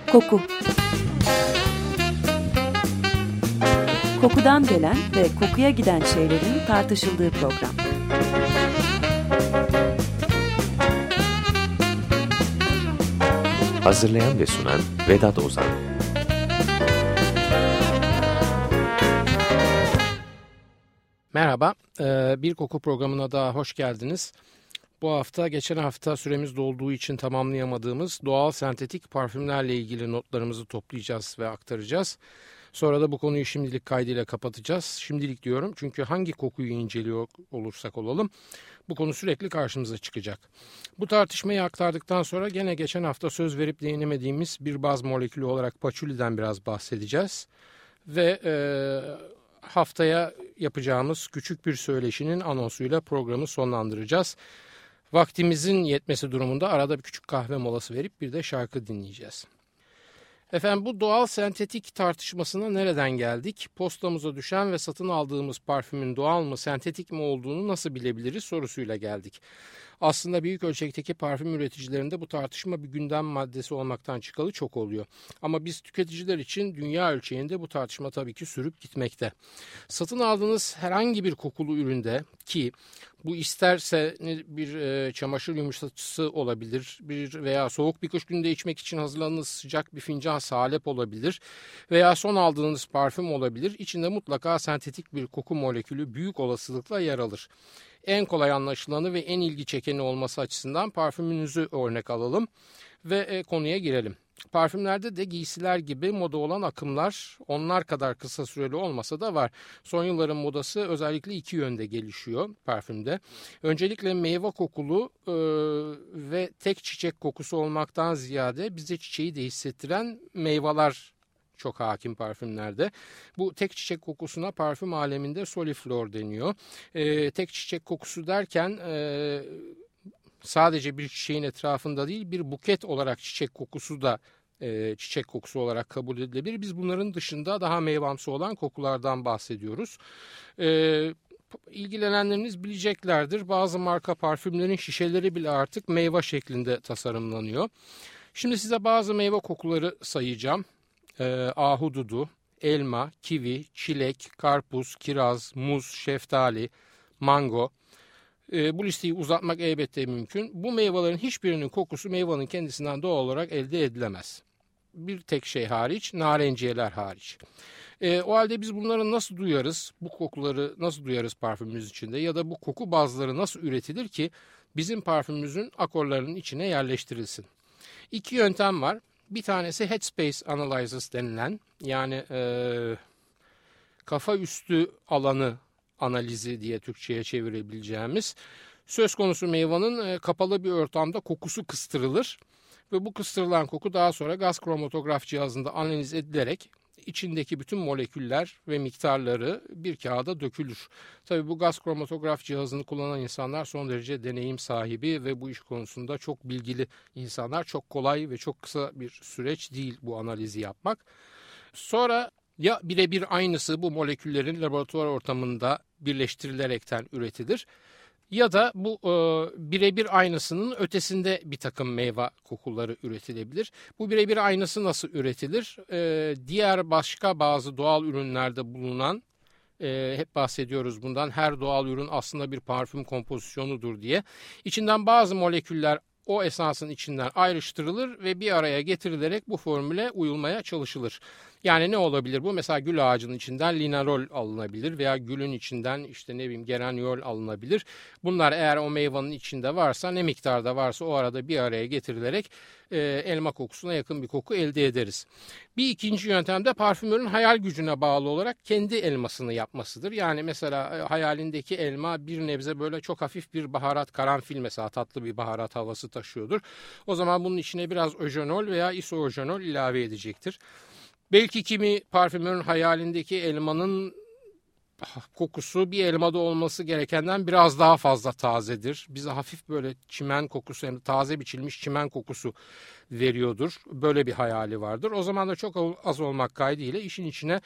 Koku. Kokudan gelen ve kokuya giden şeylerin tartışıldığı program. Hazırlayan ve sunan Vedat Ozan. Merhaba, bir koku programına daha hoş geldiniz. Bu hafta geçen hafta süremiz dolduğu için tamamlayamadığımız doğal sentetik parfümlerle ilgili notlarımızı toplayacağız ve aktaracağız. Sonra da bu konuyu şimdilik kaydıyla kapatacağız. Şimdilik diyorum çünkü hangi kokuyu inceliyor olursak olalım bu konu sürekli karşımıza çıkacak. Bu tartışmayı aktardıktan sonra gene geçen hafta söz verip değinemediğimiz bir baz molekülü olarak patchouliden biraz bahsedeceğiz. Ve haftaya yapacağımız küçük bir söyleşinin anonsuyla programı sonlandıracağız. Vaktimizin yetmesi durumunda arada bir küçük kahve molası verip bir de şarkı dinleyeceğiz. Efendim bu doğal sentetik tartışmasına nereden geldik? Postamıza düşen ve satın aldığımız parfümün doğal mı sentetik mi olduğunu nasıl bilebiliriz sorusuyla geldik. Aslında büyük ölçekteki parfüm üreticilerinde bu tartışma bir gündem maddesi olmaktan çıkalı çok oluyor. Ama biz tüketiciler için dünya ölçeğinde bu tartışma tabii ki sürüp gitmekte. Satın aldığınız herhangi bir kokulu üründe ki bu isterse bir çamaşır yumuşatıcısı olabilir, bir veya soğuk bir kış gününde içmek için hazırladığınız sıcak bir fincan salep olabilir veya son aldığınız parfüm olabilir. İçinde mutlaka sentetik bir koku molekülü büyük olasılıkla yer alır. En kolay anlaşılanı ve en ilgi çekeni olması açısından parfümünüzü örnek alalım ve konuya girelim. Parfümlerde de giysiler gibi moda olan akımlar onlar kadar kısa süreli olmasa da var. Son yılların modası özellikle iki yönde gelişiyor parfümde. Öncelikle meyve kokulu ve tek çiçek kokusu olmaktan ziyade bize çiçeği de hissettiren meyveler çok hakim parfümlerde. Bu tek çiçek kokusuna parfüm aleminde soliflor deniyor. Tek çiçek kokusu derken sadece bir çiçeğin etrafında değil bir buket olarak çiçek kokusu da çiçek kokusu olarak kabul edilebilir. Biz bunların dışında daha meyvamsı olan kokulardan bahsediyoruz. İlgilenenleriniz bileceklerdir. Bazı marka parfümlerin şişeleri bile artık meyve şeklinde tasarımlanıyor. Şimdi size bazı meyve kokuları sayacağım. Ahududu, elma, kivi, çilek, karpuz, kiraz, muz, şeftali, mango. Bu listeyi uzatmak elbette mümkün. Bu meyvelerin hiçbirinin kokusu meyvanın kendisinden doğal olarak elde edilemez. Bir tek şey hariç, narenciyeler hariç. O halde biz bunları nasıl duyarız? Bu kokuları nasıl duyarız parfümümüz içinde? Ya da bu koku bazları nasıl üretilir ki bizim parfümümüzün akorlarının içine yerleştirilsin? İki yöntem var. Bir tanesi Headspace Analysis denilen yani kafa üstü alanı analizi diye Türkçe'ye çevirebileceğimiz söz konusu meyvanın kapalı bir ortamda kokusu kıstırılır ve bu kıstırılan koku daha sonra gaz kromatograf cihazında analiz edilerek içindeki bütün moleküller ve miktarları bir kağıda dökülür. Tabii bu gaz kromatograf cihazını kullanan insanlar son derece deneyim sahibi ve bu iş konusunda çok bilgili insanlar. Çok kolay ve çok kısa bir süreç değil bu analizi yapmak. Sonra ya birebir aynısı bu moleküllerin laboratuvar ortamında birleştirilerekten üretilir ya da bu birebir aynısının ötesinde bir takım meyve kokuları üretilebilir. Bu birebir aynısı nasıl üretilir? Diğer başka bazı doğal ürünlerde bulunan, hep bahsediyoruz bundan, her doğal ürün aslında bir parfüm kompozisyonudur diye. İçinden bazı moleküller o esansın içinden ayrıştırılır ve bir araya getirilerek bu formüle uyulmaya çalışılır. Yani ne olabilir bu? Mesela gül ağacının içinden linalol alınabilir veya gülün içinden geraniol alınabilir. Bunlar eğer o meyvanın içinde varsa ne miktarda varsa o arada bir araya getirilerek elma kokusuna yakın bir koku elde ederiz. Bir ikinci yöntem de parfümörün hayal gücüne bağlı olarak kendi elmasını yapmasıdır. Yani mesela hayalindeki elma bir nebze böyle çok hafif bir baharat, karanfil mesela tatlı bir baharat havası taşıyordur. O zaman bunun içine biraz öjenol veya isoöjenol ilave edecektir. Belki kimi parfümörün hayalindeki elmanın kokusu bir elmada olması gerekenden biraz daha fazla tazedir. Bize hafif böyle çimen kokusu, yani taze biçilmiş çimen kokusu veriyordur. Böyle bir hayali vardır. O zaman da çok az olmak kaydıyla işin içine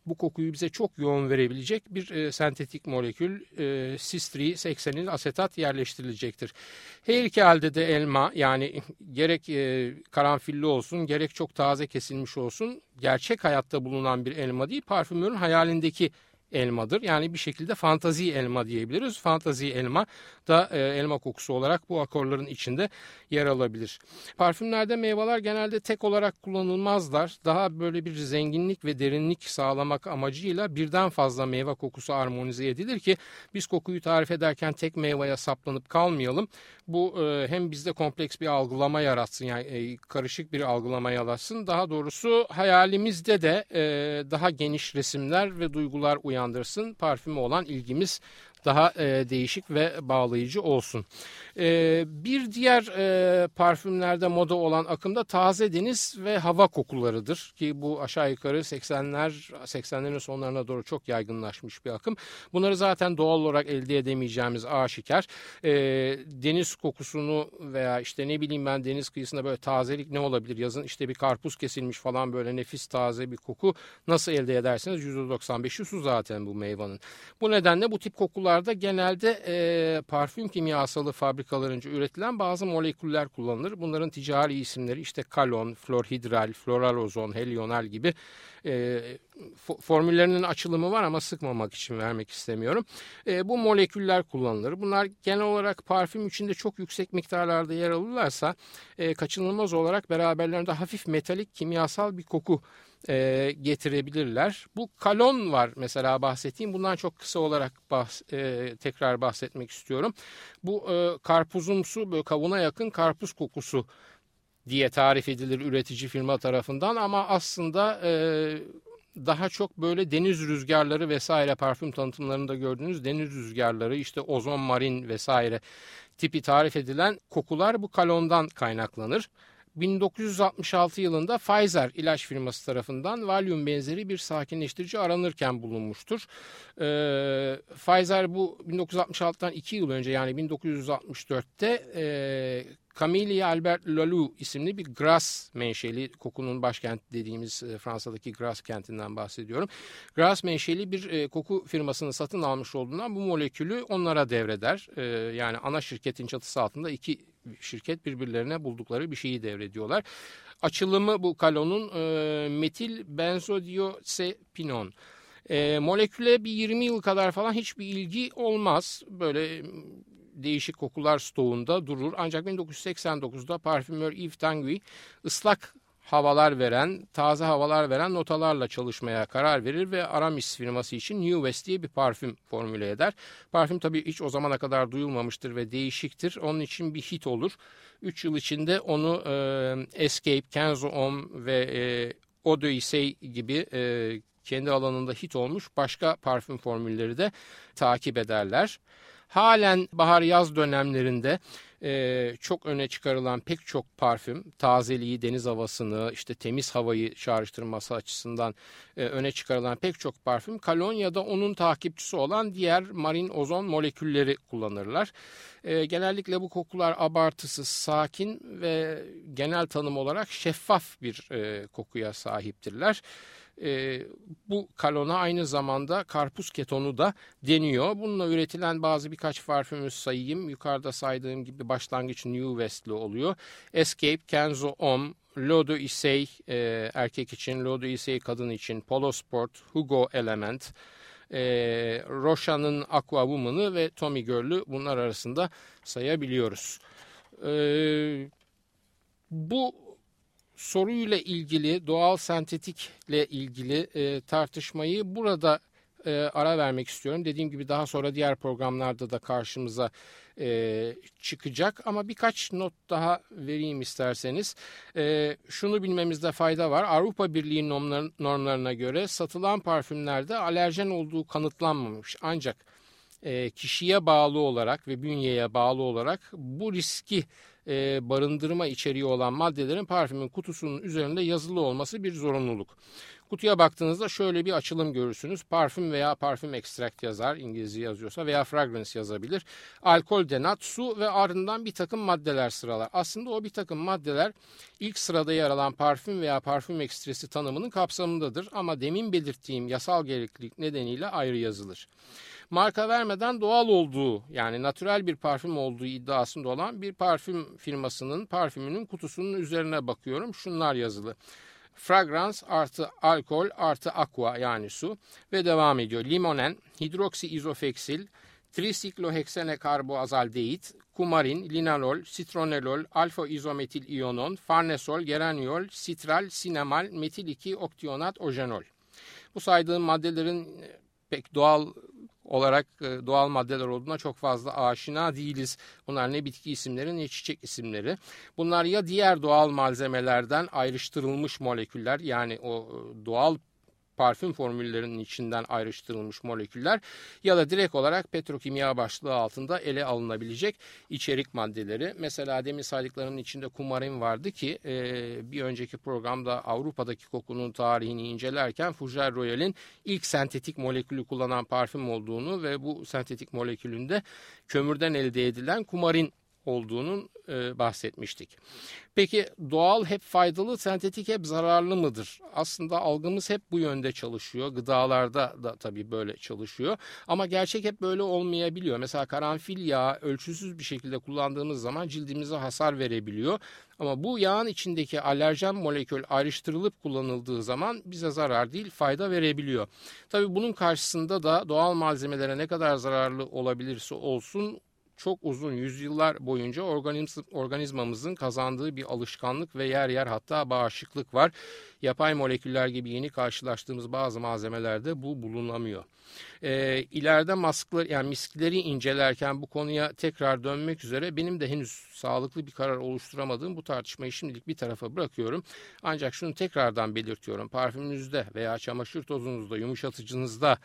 bu kokuyu bize çok yoğun verebilecek bir sentetik molekül cis-3-seksenil asetat yerleştirilecektir. Her iki halde de elma, yani gerek karanfilli olsun gerek çok taze kesilmiş olsun, gerçek hayatta bulunan bir elma değil, parfümörün hayalindeki elmadır. Yani bir şekilde fantazi elma diyebiliriz. Fantazi elma da elma kokusu olarak bu akorların içinde yer alabilir. Parfümlerde meyveler genelde tek olarak kullanılmazlar. Daha böyle bir zenginlik ve derinlik sağlamak amacıyla birden fazla meyve kokusu armonize edilir ki biz kokuyu tarif ederken tek meyveye saplanıp kalmayalım. Bu hem bizde kompleks bir algılama yaratsın, yani karışık bir algılama yaratsın. Daha doğrusu hayalimizde de daha geniş resimler ve duygular uyandırsın. Parfüme olan ilgimiz daha değişik ve bağlayıcı olsun. Bir diğer parfümlerde moda olan akım da taze deniz ve hava kokularıdır ki bu aşağı yukarı 80'lerin sonlarına doğru çok yaygınlaşmış bir akım. Bunları zaten doğal olarak elde edemeyeceğimiz aşikar. Deniz kokusunu veya işte ne bileyim ben, deniz kıyısında böyle tazelik ne olabilir? Yazın işte bir karpuz kesilmiş falan, böyle nefis taze bir koku nasıl elde edersiniz? %95'i su zaten bu meyvanın. Bu nedenle bu tip kokular genelde parfüm kimyasalı fabrikalarınca üretilen bazı moleküller kullanılır. Bunların ticari isimleri işte kalon, florhidral, floral ozon, helyonal gibi formüllerinin açılımı var ama sıkmamak için vermek istemiyorum. Bu moleküller kullanılır. Bunlar genel olarak parfüm içinde çok yüksek miktarlarda yer alırlarsa kaçınılmaz olarak beraberlerinde hafif metalik kimyasal bir koku getirebilirler. Bu kalon var mesela, bahsettiğim. Bundan çok kısa olarak tekrar bahsetmek istiyorum. Bu karpuzumsu, böyle kavuna yakın karpuz kokusu diye tarif edilir üretici firma tarafından ama aslında daha çok böyle deniz rüzgarları vesaire, parfüm tanıtımlarında gördüğünüz deniz rüzgarları, işte ozon marin vesaire tipi tarif edilen kokular bu kalondan kaynaklanır. 1966 yılında Pfizer ilaç firması tarafından Valium benzeri bir sakinleştirici aranırken bulunmuştur. Pfizer bu 1966'dan 2 yıl önce, yani 1964'te Camille Albert Leloup isimli bir Grasse menşeli, kokunun başkenti dediğimiz Fransa'daki Grasse kentinden bahsediyorum. Grasse menşeli bir koku firmasını satın almış olduğundan bu molekülü onlara devreder. Yani ana şirketin çatısı altında iki şirket birbirlerine buldukları bir şeyi devrediyorlar. Açılımı bu kalonun metil benzodiazepinon. Moleküle bir 20 yıl kadar falan hiçbir ilgi olmaz. Böyle değişik kokular stoğunda durur. Ancak 1989'da parfümör Yves Tanguy ıslak havalar veren, taze havalar veren notalarla çalışmaya karar verir ve Aramis firması için New West diye bir parfüm formüle eder. Parfüm tabii hiç o zamana kadar duyulmamıştır ve değişiktir. Onun için bir hit olur. 3 yıl içinde onu Escape, Kenzo Homme ve Eau d'Orsay gibi kendi alanında hit olmuş başka parfüm formülleri de takip ederler. Halen bahar-yaz dönemlerinde çok öne çıkarılan pek çok parfüm, tazeliği, deniz havasını, işte temiz havayı çağrıştırması açısından öne çıkarılan pek çok parfüm, kalon ya da onun takipçisi olan diğer marin ozon molekülleri kullanırlar. Genellikle bu kokular abartısız, sakin ve genel tanım olarak şeffaf bir kokuya sahiptirler. Bu kalona aynı zamanda karpuz ketonu da deniyor. Bununla üretilen birkaç parfümü sayayım. Yukarıda saydığım gibi başlangıç New West'li oluyor. Escape, Kenzo Homme, L'Eau d'Orsay erkek için, L'Eau d'Orsay kadın için, Polo Sport, Hugo Element, Rocha'nın Aqua Woman'ı ve Tommy Girl'ü bunlar arasında sayabiliyoruz. Bu soruyla ilgili, doğal sentetikle ilgili tartışmayı burada ara vermek istiyorum. Dediğim gibi daha sonra diğer programlarda da karşımıza çıkacak ama birkaç not daha vereyim isterseniz. Şunu bilmemizde fayda var. Avrupa Birliği normlarına göre satılan parfümlerde alerjen olduğu kanıtlanmamış. Ancak kişiye bağlı olarak ve bünyeye bağlı olarak bu riski barındırma içeriği olan maddelerin parfümün kutusunun üzerinde yazılı olması bir zorunluluk. Kutuya baktığınızda şöyle bir açılım görürsünüz. Parfüm veya parfüm extract yazar, İngilizce yazıyorsa, veya fragrance yazabilir. Alkol, denat, su ve ardından bir takım maddeler sıralar. Aslında o bir takım maddeler ilk sırada yer alan parfüm veya parfüm ekstresi tanımının kapsamındadır ama demin belirttiğim yasal gereklilik nedeniyle ayrı yazılır. Marka vermeden doğal olduğu, yani natürel bir parfüm olduğu iddiasında olan bir parfüm firmasının parfümünün kutusunun üzerine bakıyorum. Şunlar yazılı: fragrans artı alkol artı aqua, yani su, ve devam ediyor. Limonen, hidroksiizofeksil, trisiklohexane karboazaldehit, kumarin, linalol, sitronelol, alfa izometil iyonon, farnesol, geraniol, sitral, sinemal, metil 2 oktionat, ojenol. Bu saydığım maddelerin pek doğal olarak doğal maddeler olduğuna çok fazla aşina değiliz. Bunlar ne bitki isimleri ne çiçek isimleri. Bunlar ya diğer doğal malzemelerden ayrıştırılmış moleküller, yani o doğal parfüm formüllerinin içinden ayrıştırılmış moleküller, ya da direkt olarak petrokimya başlığı altında ele alınabilecek içerik maddeleri. Mesela demin saydıklarının içinde kumarin vardı ki bir önceki programda Avrupa'daki kokunun tarihini incelerken Fougère Royal'in ilk sentetik molekülü kullanan parfüm olduğunu ve bu sentetik molekülünde kömürden elde edilen kumarin olduğunun bahsetmiştik. Peki doğal hep faydalı, sentetik hep zararlı mıdır? Aslında algımız hep bu yönde çalışıyor. Gıdalarda da tabii böyle çalışıyor. Ama gerçek hep böyle olmayabiliyor. Mesela karanfil yağı ölçüsüz bir şekilde kullandığımız zaman cildimize hasar verebiliyor. Ama bu yağın içindeki alerjen molekül ayrıştırılıp kullanıldığı zaman bize zarar değil, fayda verebiliyor. Tabii bunun karşısında da doğal malzemelere ne kadar zararlı olabilirse olsun, çok uzun yüzyıllar boyunca organizmamızın kazandığı bir alışkanlık ve yer yer hatta bağışıklık var. Yapay moleküller gibi yeni karşılaştığımız bazı malzemelerde bu bulunamıyor. İleride miskleri incelerken bu konuya tekrar dönmek üzere benim de henüz sağlıklı bir karar oluşturamadığım bu tartışmayı şimdilik bir tarafa bırakıyorum. Ancak şunu tekrardan belirtiyorum: parfümünüzde veya çamaşır tozunuzda, yumuşatıcınızda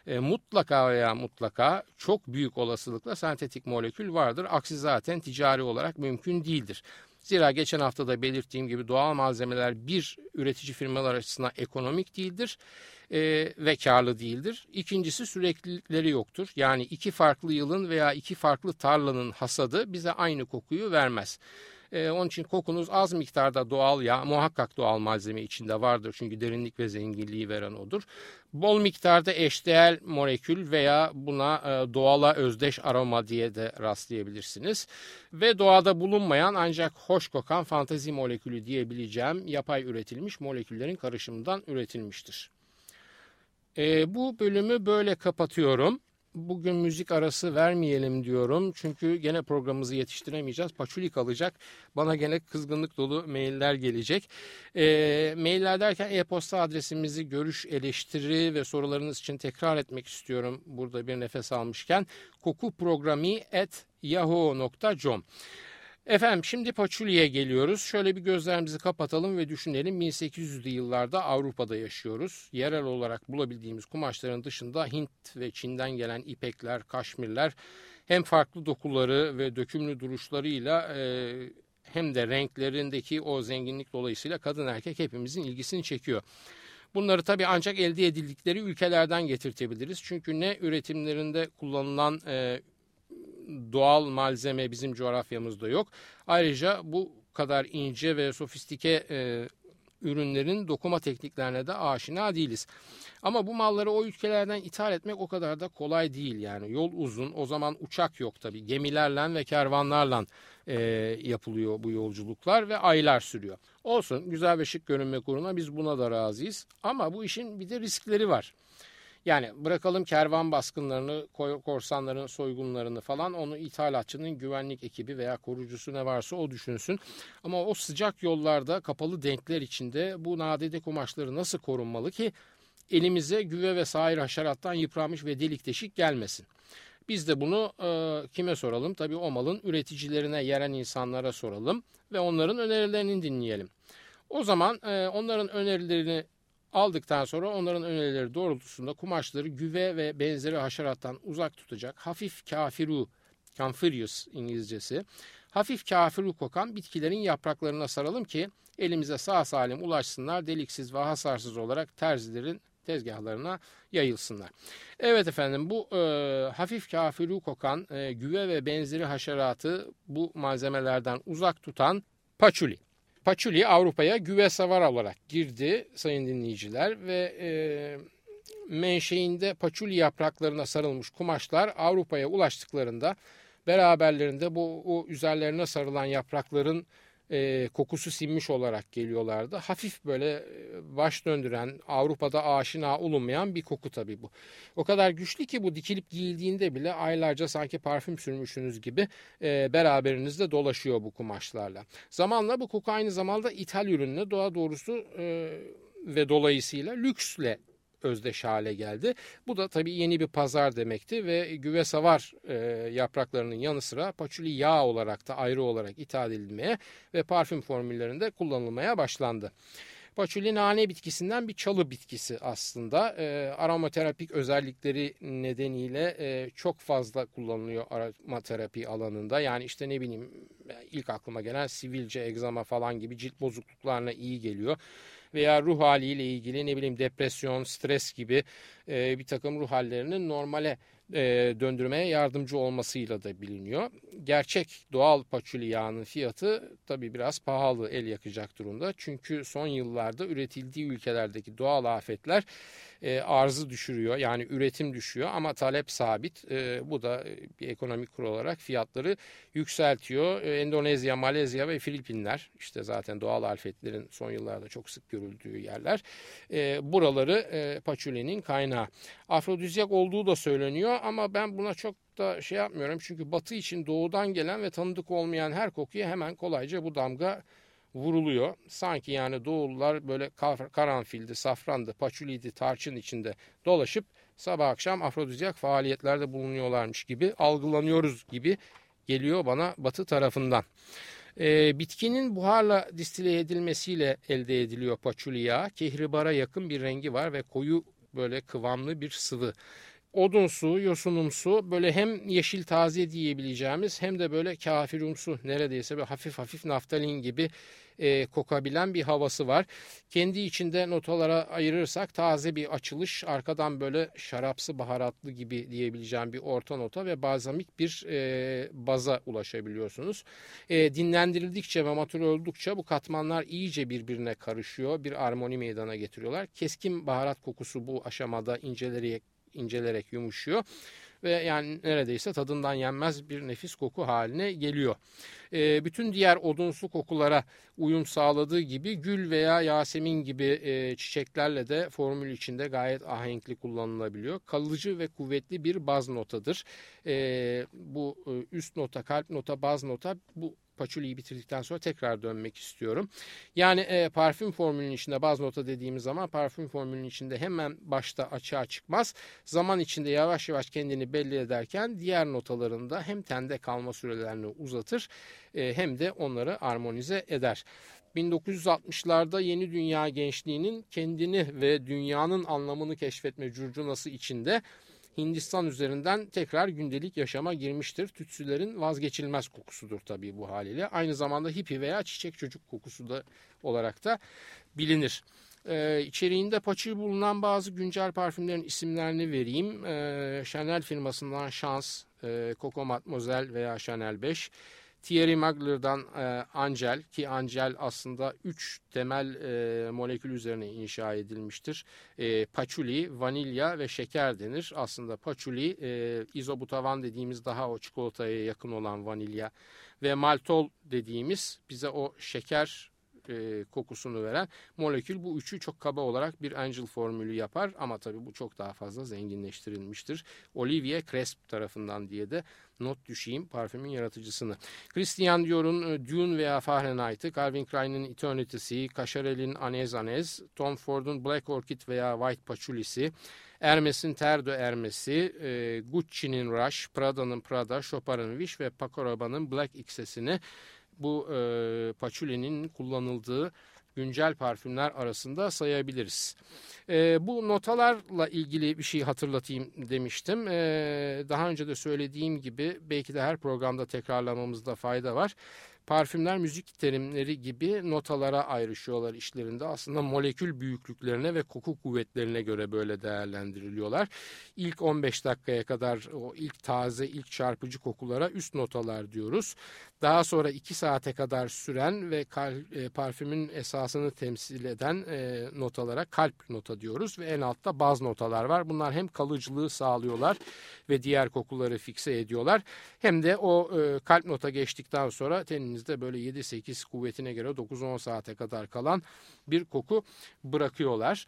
mutlaka çok büyük olasılıkla sentetik molekül vardır. Aksi zaten ticari olarak mümkün değildir. Zira geçen hafta da belirttiğim gibi doğal malzemeler bir, üretici firmalar açısından ekonomik değildir ve karlı değildir. İkincisi, süreklilikleri yoktur. Yani iki farklı yılın veya iki farklı tarlanın hasadı bize aynı kokuyu vermez. Onun için kokunuz az miktarda doğal yağ, muhakkak doğal malzeme içinde vardır. Çünkü derinlik ve zenginliği veren odur. Bol miktarda eşdeğer molekül veya buna doğala özdeş aroma diye de rastlayabilirsiniz. Ve doğada bulunmayan ancak hoş kokan fantezi molekülü diyebileceğim yapay üretilmiş moleküllerin karışımından üretilmiştir. Bu bölümü böyle kapatıyorum. Bugün müzik arası vermeyelim diyorum. Çünkü gene programımızı yetiştiremeyeceğiz. Paçuli kalacak. Bana gene kızgınlık dolu mailler gelecek. Mailler derken e-posta adresimizi, görüş, eleştiri ve sorularınız için tekrar etmek istiyorum. Burada bir nefes almışken. kokuprogrami@yahoo.com. Efendim, şimdi Paçuli'ye geliyoruz. Şöyle bir gözlerimizi kapatalım ve düşünelim. 1800'lü yıllarda Avrupa'da yaşıyoruz. Yerel olarak bulabildiğimiz kumaşların dışında Hint ve Çin'den gelen ipekler, kaşmirler hem farklı dokuları ve dökümlü duruşlarıyla hem de renklerindeki o zenginlik dolayısıyla kadın erkek hepimizin ilgisini çekiyor. Bunları tabii ancak elde edildikleri ülkelerden getirtebiliriz. Çünkü ne üretimlerinde kullanılan doğal malzeme bizim coğrafyamızda yok. Ayrıca bu kadar ince ve sofistike ürünlerin dokuma tekniklerine de aşina değiliz. Ama bu malları o ülkelerden ithal etmek o kadar da kolay değil yani. Yol uzun, o zaman uçak yok tabii. Gemilerle ve kervanlarla yapılıyor bu yolculuklar ve aylar sürüyor. Olsun, güzel ve şık görünmek uğruna biz buna da razıyız. Ama bu işin bir de riskleri var. Yani bırakalım kervan baskınlarını, korsanların soygunlarını falan, onu ithalatçının güvenlik ekibi veya korucusu ne varsa o düşünsün. Ama o sıcak yollarda, kapalı denkler içinde bu nadide kumaşları nasıl korunmalı ki elimize güve ve sair haşerattan yıpranmış ve delik deşik gelmesin? Biz de bunu kime soralım? Tabii o malın üreticilerine, yerel insanlara soralım ve onların önerilerini dinleyelim. O zaman onların önerilerini aldıktan sonra onların önerileri doğrultusunda kumaşları güve ve benzeri haşerattan uzak tutacak hafif camphorous İngilizcesi, hafif kafiru kokan bitkilerin yapraklarına saralım ki elimize sağ salim ulaşsınlar, deliksiz ve hasarsız olarak terzilerin tezgahlarına yayılsınlar. Evet efendim, bu hafif kafiri kokan güve ve benzeri haşeratı bu malzemelerden uzak tutan paçuli. Paçuli Avrupa'ya güve savar olarak girdi sayın dinleyiciler ve menşeinde paçuli yapraklarına sarılmış kumaşlar Avrupa'ya ulaştıklarında beraberlerinde o üzerlerine sarılan yaprakların kokusu sinmiş olarak geliyorlardı. Hafif böyle baş döndüren, Avrupa'da aşina olunmayan bir koku tabii bu. O kadar güçlü ki bu dikilip giyildiğinde bile aylarca sanki parfüm sürmüşsünüz gibi beraberinizde dolaşıyor bu kumaşlarla. Zamanla bu koku aynı zamanda ithal ürünle, daha doğrusu ve dolayısıyla lüksle özdeş hale geldi. Bu da tabii yeni bir pazar demekti ve güve savar yapraklarının yanı sıra paçuli yağ olarak da ayrı olarak ithal edilmeye ve parfüm formüllerinde kullanılmaya başlandı. Paçuli nane bitkisinden bir çalı bitkisi aslında. Aromaterapik özellikleri nedeniyle çok fazla kullanılıyor aromaterapi alanında. Yani işte ne bileyim, ilk aklıma gelen sivilce, egzama falan gibi cilt bozukluklarına iyi geliyor. Veya ruh haliyle ilgili ne bileyim depresyon, stres gibi bir takım ruh hallerinin normale döndürmeye yardımcı olmasıyla da biliniyor. Gerçek doğal paçuli yağının fiyatı tabii biraz pahalı, el yakacak durumda. Çünkü son yıllarda üretildiği ülkelerdeki doğal afetler arzı düşürüyor. Yani üretim düşüyor ama talep sabit. Bu da bir ekonomik kural olarak fiyatları yükseltiyor. Endonezya, Malezya ve Filipinler, işte zaten doğal afetlerin son yıllarda çok sık görüldüğü yerler. Buraları paçulinin kaynağı. Afrodizyak olduğu da söyleniyor ama ben buna çok da şey yapmıyorum. Çünkü batı için doğudan gelen ve tanıdık olmayan her kokuya hemen kolayca bu damga vuruluyor. Sanki yani doğullar böyle karanfildi, safrandı, paçuliydi, tarçın içinde dolaşıp sabah akşam afrodizyak faaliyetlerde bulunuyorlarmış gibi algılanıyoruz gibi geliyor bana batı tarafından. Bitkinin buharla distile edilmesiyle elde ediliyor paçuli yağı. Kehribara yakın bir rengi var ve koyu böyle kıvamlı bir sıvı. Odunsu, yosunumsu, böyle hem yeşil taze diyebileceğimiz hem de böyle kafirumsu, neredeyse böyle hafif hafif naftalin gibi kokabilen bir havası var. Kendi içinde notalara ayırırsak taze bir açılış, arkadan böyle şarapsı baharatlı gibi diyebileceğim bir orta nota ve balzamik bir baza ulaşabiliyorsunuz. Dinlendirildikçe ve matur oldukça bu katmanlar iyice birbirine karışıyor, bir armoni meydana getiriyorlar. Keskin baharat kokusu bu aşamada incelerek yumuşuyor ve yani neredeyse tadından yenmez bir nefis koku haline geliyor. Bütün diğer odunsu kokulara uyum sağladığı gibi gül veya yasemin gibi çiçeklerle de formül içinde gayet ahenkli kullanılabiliyor. Kalıcı ve kuvvetli bir baz notadır. Bu üst nota, kalp nota, baz nota, bu paçuliyi bitirdikten sonra tekrar dönmek istiyorum. Yani parfüm formülünün içinde baz nota dediğimiz zaman parfüm formülünün içinde hemen başta açığa çıkmaz. Zaman içinde yavaş yavaş kendini belli ederken diğer notalarında hem tende kalma sürelerini uzatır hem de onları armonize eder. 1960'larda yeni dünya gençliğinin kendini ve dünyanın anlamını keşfetme curcunası içinde Hindistan üzerinden tekrar gündelik yaşama girmiştir. Tütsülerin vazgeçilmez kokusudur tabii bu haliyle. Aynı zamanda hippie veya çiçek çocuk kokusu da olarak da bilinir. İçeriğinde paçuli bulunan bazı güncel parfümlerin isimlerini vereyim. Chanel firmasından Chance, Coco Mademoiselle veya Chanel 5. Thierry Mugler'dan Angel, ki Angel aslında 3 temel molekül üzerine inşa edilmiştir. Paçuli, vanilya ve şeker denir. Aslında paçuli, izobutavan dediğimiz daha o çikolataya yakın olan vanilya ve maltol dediğimiz bize o şeker kokusunu veren molekül, bu üçü çok kaba olarak bir Angel formülü yapar ama tabii bu çok daha fazla zenginleştirilmiştir. Olivier Cresp tarafından diye de not düşeyim parfümün yaratıcısını. Christian Dior'un Dune veya Fahrenheit'ı, Calvin Klein'in Eternity'si, Cacharel'in Anez Anez, Tom Ford'un Black Orchid veya White Patchoul'isi, Hermes'in Terre de Hermes'i, Gucci'nin Rush, Prada'nın Prada, Chopard'ın Wish ve Paco Rabanne'ın Black X'sini bu paçulinin kullanıldığı güncel parfümler arasında sayabiliriz. Bu notalarla ilgili bir şey hatırlatayım demiştim. Daha önce de söylediğim gibi belki de her programda tekrarlamamızda fayda var. Parfümler müzik terimleri gibi notalara ayrışıyorlar işlerinde. Aslında molekül büyüklüklerine ve koku kuvvetlerine göre böyle değerlendiriliyorlar. İlk 15 dakikaya kadar o ilk taze, ilk çarpıcı kokulara üst notalar diyoruz. Daha sonra 2 saate kadar süren ve parfümün esasını temsil eden notalara kalp nota diyoruz ve en altta baz notalar var. Bunlar hem kalıcılığı sağlıyorlar ve diğer kokuları fikse ediyorlar. Hem de o kalp nota geçtikten sonra teninizde böyle 7-8 kuvvetine göre 9-10 saate kadar kalan bir koku bırakıyorlar.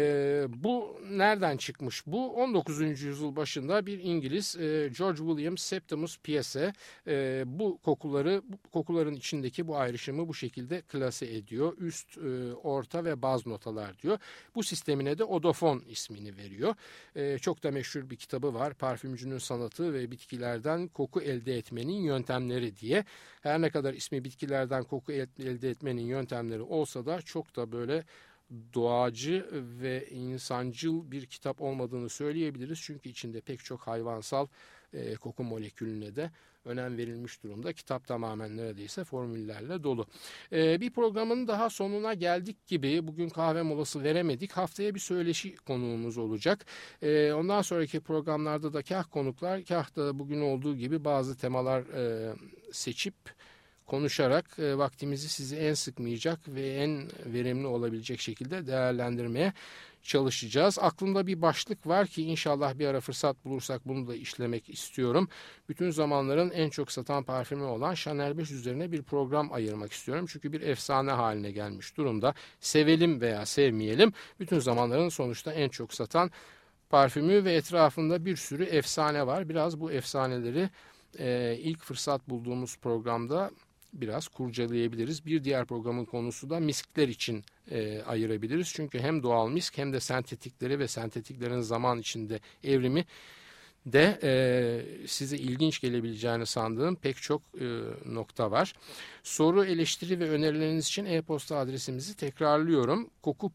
Bu nereden çıkmış? Bu 19. yüzyıl başında bir İngiliz George William Septimus Piesse bu kokuların içindeki bu ayrışımı bu şekilde klase ediyor. Üst, orta ve baz notalar diyor. Bu sistemine de odofon ismini veriyor. Çok da meşhur bir kitabı var. Parfümcünün sanatı ve bitkilerden koku elde etmenin yöntemleri diye. Her ne kadar ismi bitkilerden koku elde etmenin yöntemleri olsa da çok da böyle doğacı ve insancıl bir kitap olmadığını söyleyebiliriz. Çünkü içinde pek çok hayvansal koku molekülüne de önem verilmiş durumda. Kitap tamamen neredeyse formüllerle dolu. Bir programın daha sonuna geldik gibi. Bugün kahve molası veremedik. Haftaya bir söyleşi konuğumuz olacak. Ondan sonraki programlarda da kah konuklar, kah da bugün olduğu gibi bazı temalar seçip konuşarak vaktimizi sizi en sıkmayacak ve en verimli olabilecek şekilde değerlendirmeye çalışacağız. Aklımda bir başlık var ki inşallah bir ara fırsat bulursak bunu da işlemek istiyorum. Bütün zamanların en çok satan parfümü olan Chanel 5 üzerine bir program ayırmak istiyorum. Çünkü bir efsane haline gelmiş durumda. Sevelim veya sevmeyelim, bütün zamanların sonuçta en çok satan parfümü ve etrafında bir sürü efsane var. Biraz bu efsaneleri ilk fırsat bulduğumuz programda biraz kurcalayabiliriz. Bir diğer programın konusu da miskler için ayırabiliriz. Çünkü hem doğal misk hem de sentetikleri ve sentetiklerin zaman içinde evrimi de size ilginç gelebileceğini sandığım pek çok nokta var. Soru, eleştiri ve önerileriniz için e-posta adresimizi tekrarlıyorum.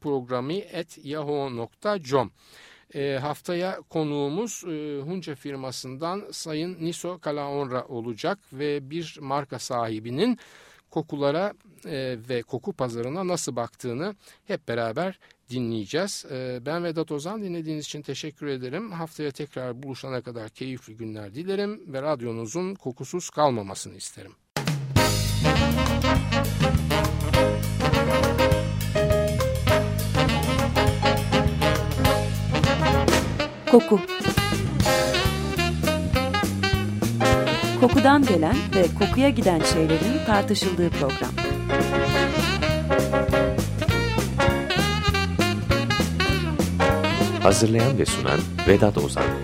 kokuprogrami@yahoo.com. Haftaya konuğumuz Hunca firmasından Sayın Niso Kalaonra olacak ve bir marka sahibinin kokulara ve koku pazarına nasıl baktığını hep beraber dinleyeceğiz. Ben Vedat Ozan, dinlediğiniz için teşekkür ederim. Haftaya tekrar buluşana kadar keyifli günler dilerim ve radyonuzun kokusuz kalmamasını isterim. Koku. Kokudan gelen ve kokuya giden şeylerin tartışıldığı program. Hazırlayan ve sunan Vedat Ozan.